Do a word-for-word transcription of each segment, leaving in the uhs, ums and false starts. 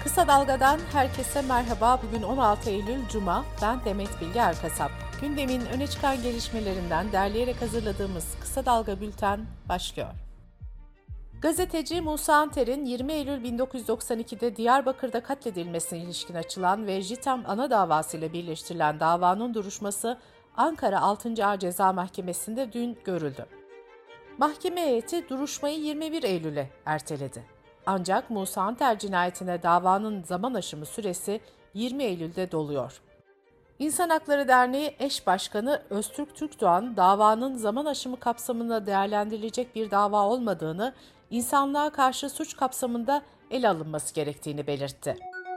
Kısa Dalga'dan herkese merhaba. Bugün on altı Eylül Cuma. Ben Demet Bilge Erkasap. Gündemin öne çıkan gelişmelerinden derleyerek hazırladığımız Kısa Dalga Bülten başlıyor. Gazeteci Musa Anter'in yirmi Eylül bin dokuz yüz doksan ikide Diyarbakır'da katledilmesine ilişkin açılan ve JITEM ana davasıyla birleştirilen davanın duruşması Ankara altıncı Ağır Ceza Mahkemesi'nde dün görüldü. Mahkeme heyeti duruşmayı yirmi bir Eylül'e erteledi. Ancak Musa Anter cinayetine davanın zaman aşımı süresi yirmi Eylül'de doluyor. İnsan Hakları Derneği eş başkanı Öztürk Türkdoğan, davanın zaman aşımı kapsamında değerlendirilecek bir dava olmadığını, insanlığa karşı suç kapsamında ele alınması gerektiğini belirtti.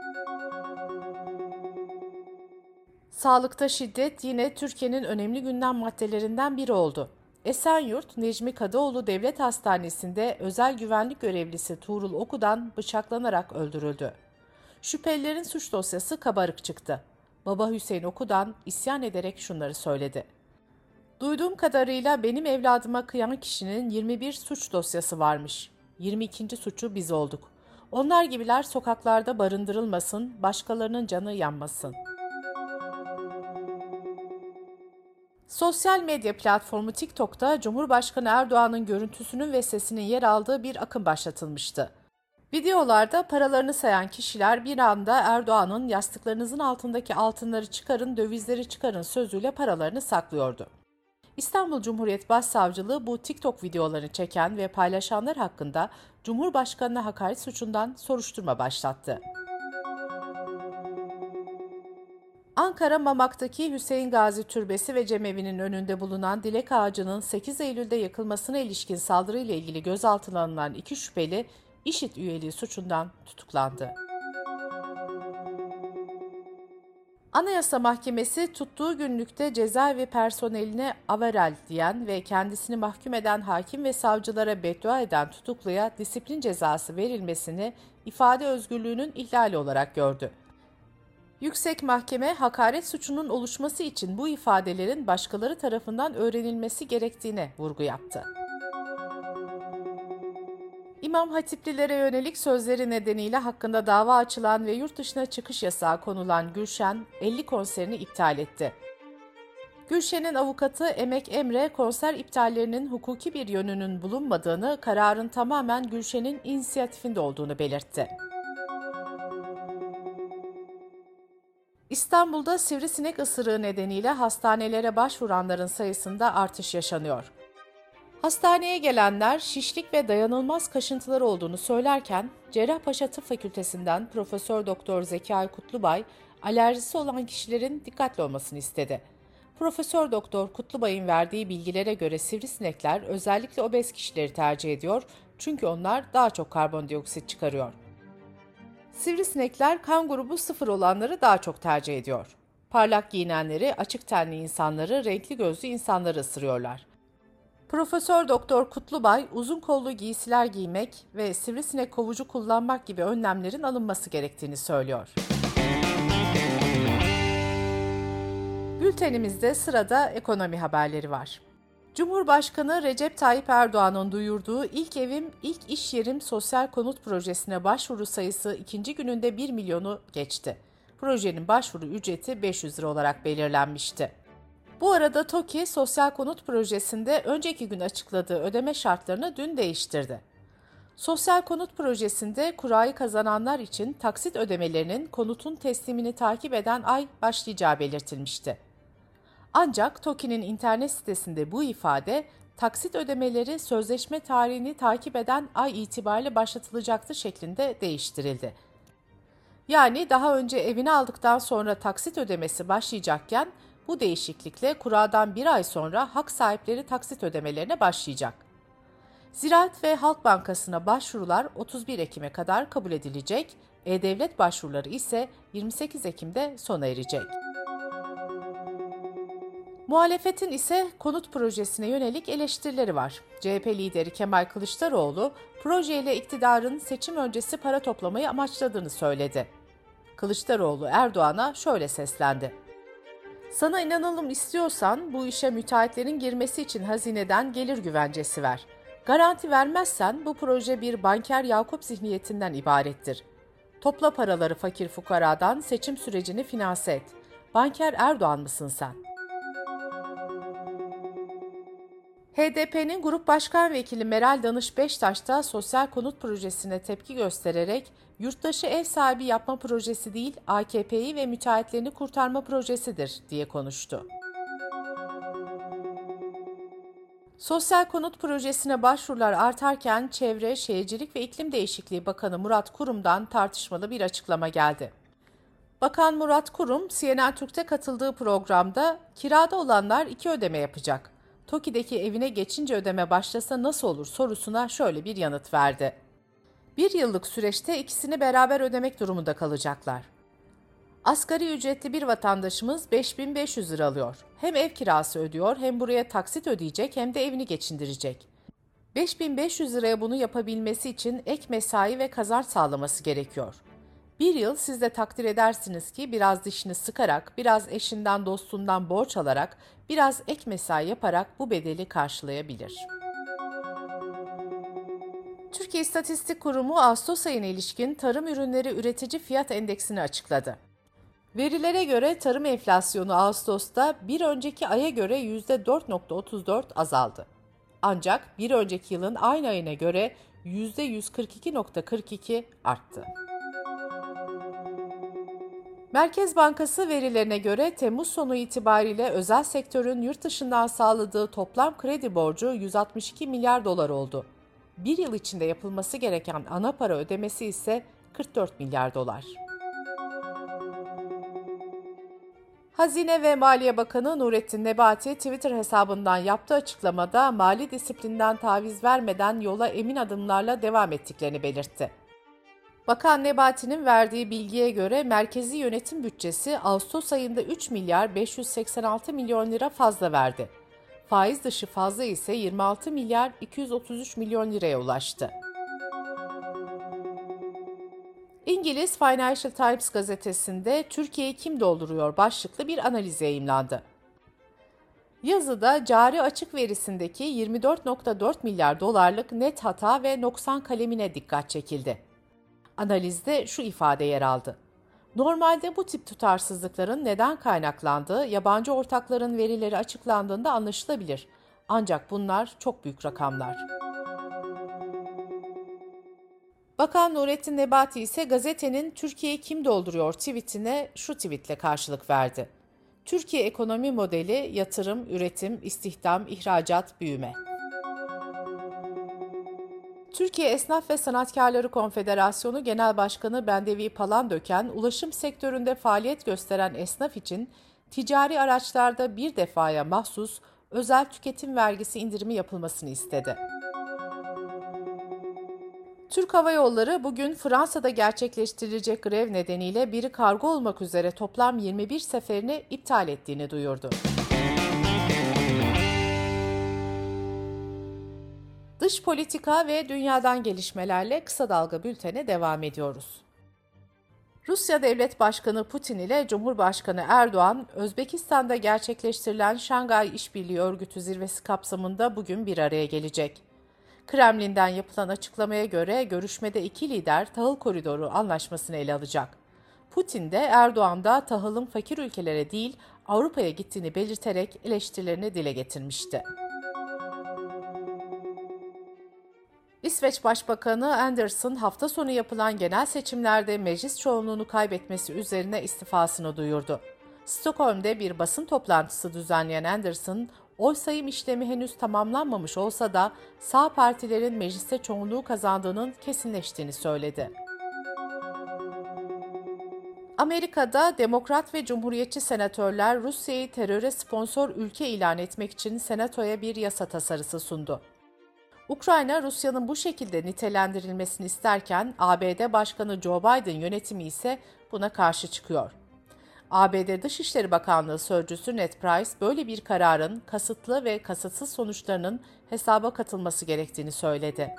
Sağlıkta şiddet yine Türkiye'nin önemli gündem maddelerinden biri oldu. Esenyurt, Necmi Kadıoğlu Devlet Hastanesi'nde özel güvenlik görevlisi Tuğrul Oku'dan bıçaklanarak öldürüldü. Şüphelilerin suç dosyası kabarık çıktı. Baba Hüseyin Oku'dan isyan ederek şunları söyledi. Duyduğum kadarıyla benim evladıma kıyan kişinin yirmi bir suç dosyası varmış. yirmi ikinci suçu biz olduk. Onlar gibiler sokaklarda barındırılmasın, başkalarının canı yanmasın. Sosyal medya platformu TikTok'ta Cumhurbaşkanı Erdoğan'ın görüntüsünün ve sesinin yer aldığı bir akım başlatılmıştı. Videolarda paralarını sayan kişiler bir anda Erdoğan'ın yastıklarınızın altındaki altınları çıkarın, dövizleri çıkarın sözüyle paralarını saklıyordu. İstanbul Cumhuriyet Başsavcılığı bu TikTok videolarını çeken ve paylaşanlar hakkında Cumhurbaşkanı'na hakaret suçundan soruşturma başlattı. Ankara Mamak'taki Hüseyin Gazi Türbesi ve Cemevi'nin önünde bulunan dilek ağacının sekiz Eylül'de yakılmasına ilişkin saldırıyla ilgili gözaltına alınan iki şüpheli İŞİD üyeliği suçundan tutuklandı. Anayasa Mahkemesi tuttuğu günlükte cezaevi personeline averel diyen ve kendisini mahkum eden hakim ve savcılara beddua eden tutukluya disiplin cezası verilmesini ifade özgürlüğünün ihlali olarak gördü. Yüksek Mahkeme, hakaret suçunun oluşması için bu ifadelerin başkaları tarafından öğrenilmesi gerektiğine vurgu yaptı. İmam Hatiplilere yönelik sözleri nedeniyle hakkında dava açılan ve yurt dışına çıkış yasağı konulan Gülşen, elli konserini iptal etti. Gülşen'in avukatı Emek Emre, konser iptallerinin hukuki bir yönünün bulunmadığını, kararın tamamen Gülşen'in inisiyatifinde olduğunu belirtti. İstanbul'da sivrisinek ısırığı nedeniyle hastanelere başvuranların sayısında artış yaşanıyor. Hastaneye gelenler şişlik ve dayanılmaz kaşıntılar olduğunu söylerken Cerrahpaşa Tıp Fakültesinden Profesör Doktor Zekai Kutlubay, alerjisi olan kişilerin dikkatli olmasını istedi. Profesör Doktor Kutlubay'ın verdiği bilgilere göre sivrisinekler özellikle obez kişileri tercih ediyor çünkü onlar daha çok karbondioksit çıkarıyor. Sivrisinekler kan grubu sıfır olanları daha çok tercih ediyor. Parlak giyinenleri, açık tenli insanları, renkli gözlü insanları ısırıyorlar. Profesör Doktor Kutlubay, uzun kollu giysiler giymek ve sivrisinek kovucu kullanmak gibi önlemlerin alınması gerektiğini söylüyor. Bültenimizde sırada ekonomi haberleri var. Cumhurbaşkanı Recep Tayyip Erdoğan'ın duyurduğu İlk Evim, İlk İş Yerim sosyal konut projesine başvuru sayısı ikinci gününde bir milyonu geçti. Projenin başvuru ücreti beş yüz lira olarak belirlenmişti. Bu arada TOKİ, sosyal konut projesinde önceki gün açıkladığı ödeme şartlarını dün değiştirdi. Sosyal konut projesinde kurayı kazananlar için taksit ödemelerinin konutun teslimini takip eden ay başlayacağı belirtilmişti. Ancak TOKİ'nin internet sitesinde bu ifade, taksit ödemeleri sözleşme tarihini takip eden ay itibariyle başlatılacaktır şeklinde değiştirildi. Yani daha önce evini aldıktan sonra taksit ödemesi başlayacakken, bu değişiklikle kuradan bir ay sonra hak sahipleri taksit ödemelerine başlayacak. Ziraat ve Halk Bankası'na başvurular otuz bir Ekim'e kadar kabul edilecek, E-Devlet başvuruları ise yirmi sekiz Ekim'de sona erecek. Muhalefetin ise konut projesine yönelik eleştirileri var. C H P lideri Kemal Kılıçdaroğlu, projeyle iktidarın seçim öncesi para toplamayı amaçladığını söyledi. Kılıçdaroğlu Erdoğan'a şöyle seslendi. Sana inanalım istiyorsan bu işe müteahhitlerin girmesi için hazineden gelir güvencesi ver. Garanti vermezsen bu proje bir banker Yakup zihniyetinden ibarettir. Topla paraları fakir fukaradan, seçim sürecini finanse et. Banker Erdoğan mısın sen? H D P'nin Grup Başkan Vekili Meral Danış Beştaş da sosyal konut projesine tepki göstererek yurttaşı ev sahibi yapma projesi değil, A K P'yi ve müteahhitlerini kurtarma projesidir diye konuştu. Sosyal konut projesine başvurular artarken Çevre, Şehircilik ve İklim Değişikliği Bakanı Murat Kurum'dan tartışmalı bir açıklama geldi. Bakan Murat Kurum, C N N Türk'te katıldığı programda kirada olanlar iki ödeme yapacak. TOKİ'deki evine geçince ödeme başlasa nasıl olur sorusuna şöyle bir yanıt verdi. Bir yıllık süreçte ikisini beraber ödemek durumunda kalacaklar. Asgari ücretli bir vatandaşımız beş bin beş yüz lira alıyor. Hem ev kirası ödüyor, hem buraya taksit ödeyecek, hem de evini geçindirecek. beş bin beş yüz liraya bunu yapabilmesi için ek mesai ve kazanç sağlaması gerekiyor. Bir yıl siz de takdir edersiniz ki biraz dişini sıkarak, biraz eşinden dostundan borç alarak, biraz ek mesai yaparak bu bedeli karşılayabilir. Türkiye İstatistik Kurumu Ağustos ayına ilişkin tarım ürünleri üretici fiyat endeksini açıkladı. Verilere göre tarım enflasyonu Ağustos'ta bir önceki aya göre yüzde dört virgül otuz dört azaldı. Ancak bir önceki yılın aynı ayına göre yüzde yüz kırk iki virgül kırk iki arttı. Merkez Bankası verilerine göre Temmuz sonu itibariyle özel sektörün yurt dışından sağladığı toplam kredi borcu yüz altmış iki milyar dolar oldu. Bir yıl içinde yapılması gereken ana para ödemesi ise kırk dört milyar dolar. Hazine ve Maliye Bakanı Nurettin Nebati Twitter hesabından yaptığı açıklamada mali disiplinden taviz vermeden yola emin adımlarla devam ettiklerini belirtti. Bakan Nebati'nin verdiği bilgiye göre merkezi yönetim bütçesi Ağustos ayında üç milyar beş yüz seksen altı milyon lira fazla verdi. Faiz dışı fazla ise yirmi altı milyar iki yüz otuz üç milyon liraya ulaştı. İngiliz Financial Times gazetesinde Türkiye'yi kim dolduruyor başlıklı bir analiz yayımlandı. Yazıda cari açık verisindeki yirmi dört virgül dört milyar dolarlık net hata ve noksan kalemine dikkat çekildi. Analizde şu ifade yer aldı. Normalde bu tip tutarsızlıkların neden kaynaklandığı yabancı ortakların verileri açıklandığında anlaşılabilir. Ancak bunlar çok büyük rakamlar. Bakan Nurettin Nebati ise gazetenin "Türkiye'yi kim dolduruyor?" tweetine şu tweetle karşılık verdi. Türkiye ekonomi modeli yatırım, üretim, istihdam, ihracat, büyüme. Türkiye Esnaf ve Sanatkarları Konfederasyonu Genel Başkanı Bendevi Palandöken, ulaşım sektöründe faaliyet gösteren esnaf için ticari araçlarda bir defaya mahsus özel tüketim vergisi indirimi yapılmasını istedi. Türk Hava Yolları bugün Fransa'da gerçekleştirilecek grev nedeniyle biri kargo olmak üzere toplam yirmi bir seferini iptal ettiğini duyurdu. Dış politika ve dünyadan gelişmelerle Kısa Dalga Bülten'e devam ediyoruz. Rusya Devlet Başkanı Putin ile Cumhurbaşkanı Erdoğan, Özbekistan'da gerçekleştirilen Şangay İşbirliği Örgütü zirvesi kapsamında bugün bir araya gelecek. Kremlin'den yapılan açıklamaya göre görüşmede iki lider tahıl koridoru anlaşmasını ele alacak. Putin de Erdoğan da tahılın fakir ülkelere değil Avrupa'ya gittiğini belirterek eleştirilerini dile getirmişti. İsveç Başbakanı Andersson hafta sonu yapılan genel seçimlerde meclis çoğunluğunu kaybetmesi üzerine istifasını duyurdu. Stockholm'de bir basın toplantısı düzenleyen Andersson, oy sayım işlemi henüz tamamlanmamış olsa da sağ partilerin mecliste çoğunluğu kazandığının kesinleştiğini söyledi. Amerika'da Demokrat ve Cumhuriyetçi senatörler Rusya'yı teröre sponsor ülke ilan etmek için Senato'ya bir yasa tasarısı sundu. Ukrayna, Rusya'nın bu şekilde nitelendirilmesini isterken A B D Başkanı Joe Biden yönetimi ise buna karşı çıkıyor. A B D Dışişleri Bakanlığı Sözcüsü Ned Price, böyle bir kararın kasıtlı ve kasıtsız sonuçlarının hesaba katılması gerektiğini söyledi.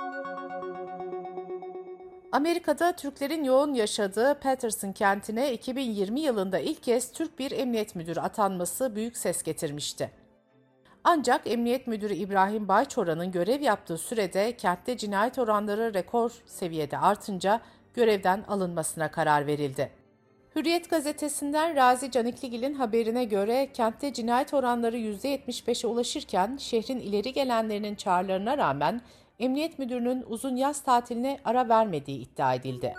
Amerika'da Türklerin yoğun yaşadığı Patterson kentine iki bin yirmi yılında ilk kez Türk bir emniyet müdürü atanması büyük ses getirmişti. Ancak Emniyet Müdürü İbrahim Bayçora'nın görev yaptığı sürede kentte cinayet oranları rekor seviyede artınca görevden alınmasına karar verildi. Hürriyet gazetesinden Razi Canikligil'in haberine göre kentte cinayet oranları yüzde yetmiş beşe ulaşırken şehrin ileri gelenlerinin çağrılarına rağmen Emniyet Müdürü'nün uzun yaz tatiline ara vermediği iddia edildi.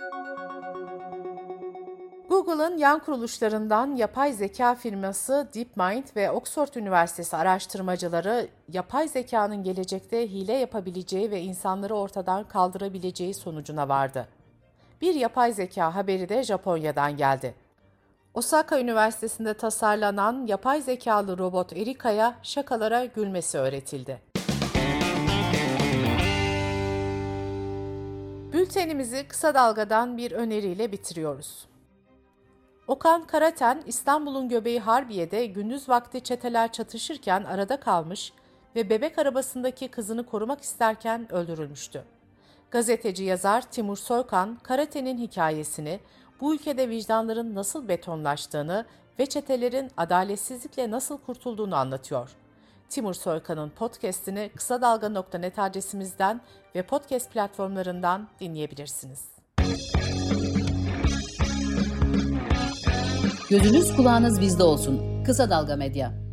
Google'ın yan kuruluşlarından yapay zeka firması DeepMind ve Oxford Üniversitesi araştırmacıları yapay zekanın gelecekte hile yapabileceği ve insanları ortadan kaldırabileceği sonucuna vardı. Bir yapay zeka haberi de Japonya'dan geldi. Osaka Üniversitesi'nde tasarlanan yapay zekalı robot Erika'ya şakalara gülmesi öğretildi. Bültenimizi kısa dalgadan bir öneriyle bitiriyoruz. Okan Karaten, İstanbul'un göbeği Harbiye'de gündüz vakti çeteler çatışırken arada kalmış ve bebek arabasındaki kızını korumak isterken öldürülmüştü. Gazeteci yazar Timur Soykan, Karaten'in hikayesini, bu ülkede vicdanların nasıl betonlaştığını ve çetelerin adaletsizlikle nasıl kurtulduğunu anlatıyor. Timur Soykan'ın podcast'ini kısa dalga nokta net adresimizden ve podcast platformlarından dinleyebilirsiniz. Gözünüz kulağınız bizde olsun. Kısa Dalga Medya.